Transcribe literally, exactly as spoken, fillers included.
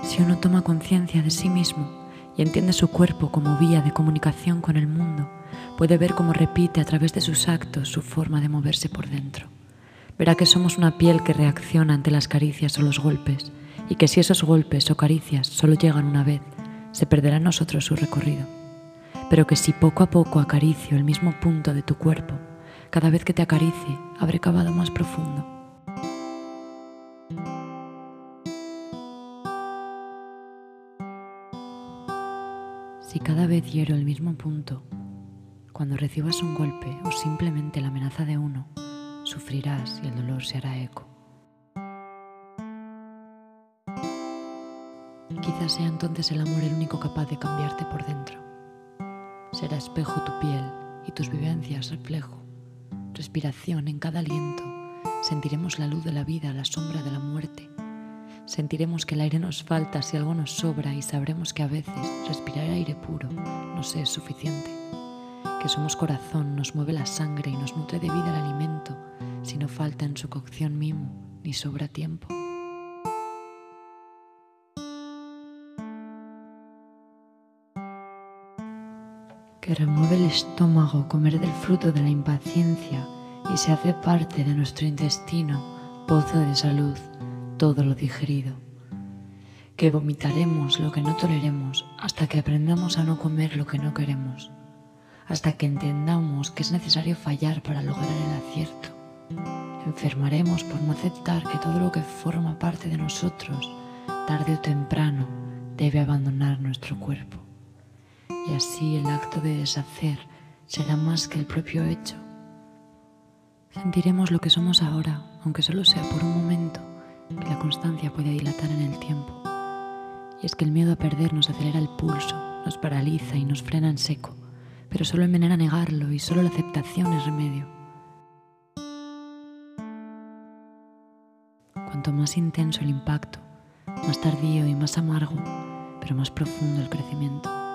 Si uno toma conciencia de sí mismo y entiende su cuerpo como vía de comunicación con el mundo, puede ver cómo repite a través de sus actos su forma de moverse por dentro. Verá que somos una piel que reacciona ante las caricias o los golpes, y que si esos golpes o caricias solo llegan una vez, se perderá en nosotros su recorrido. Pero que si poco a poco acaricio el mismo punto de tu cuerpo, cada vez que te acaricie, habré cavado más profundo. Si cada vez hiero el mismo punto, cuando recibas un golpe o simplemente la amenaza de uno, sufrirás y el dolor se hará eco. Quizás sea entonces el amor el único capaz de cambiarte por dentro. Será espejo tu piel y tus vivencias reflejo, respiración en cada aliento. Sentiremos la luz de la vida a la sombra de la muerte. Sentiremos que el aire nos falta si algo nos sobra y sabremos que a veces respirar aire puro nos es suficiente. Que somos corazón, nos mueve la sangre y nos nutre de vida el alimento si no falta en su cocción mimo ni sobra tiempo. Que remueve el estómago comer del fruto de la impaciencia y se hace parte de nuestro intestino, pozo de salud, todo lo digerido. Que vomitaremos lo que no toleremos hasta que aprendamos a no comer lo que no queremos, hasta que entendamos que es necesario fallar para lograr el acierto. Enfermaremos por no aceptar que todo lo que forma parte de nosotros, tarde o temprano, debe abandonar nuestro cuerpo. Y así el acto de deshacer será más que el propio hecho. Sentiremos lo que somos ahora, aunque solo sea por un momento, que la constancia puede dilatar en el tiempo. Y es que el miedo a perder nos acelera el pulso, nos paraliza y nos frena en seco, pero solo envenena negarlo y solo la aceptación es remedio. Cuanto más intenso el impacto, más tardío y más amargo, pero más profundo el crecimiento.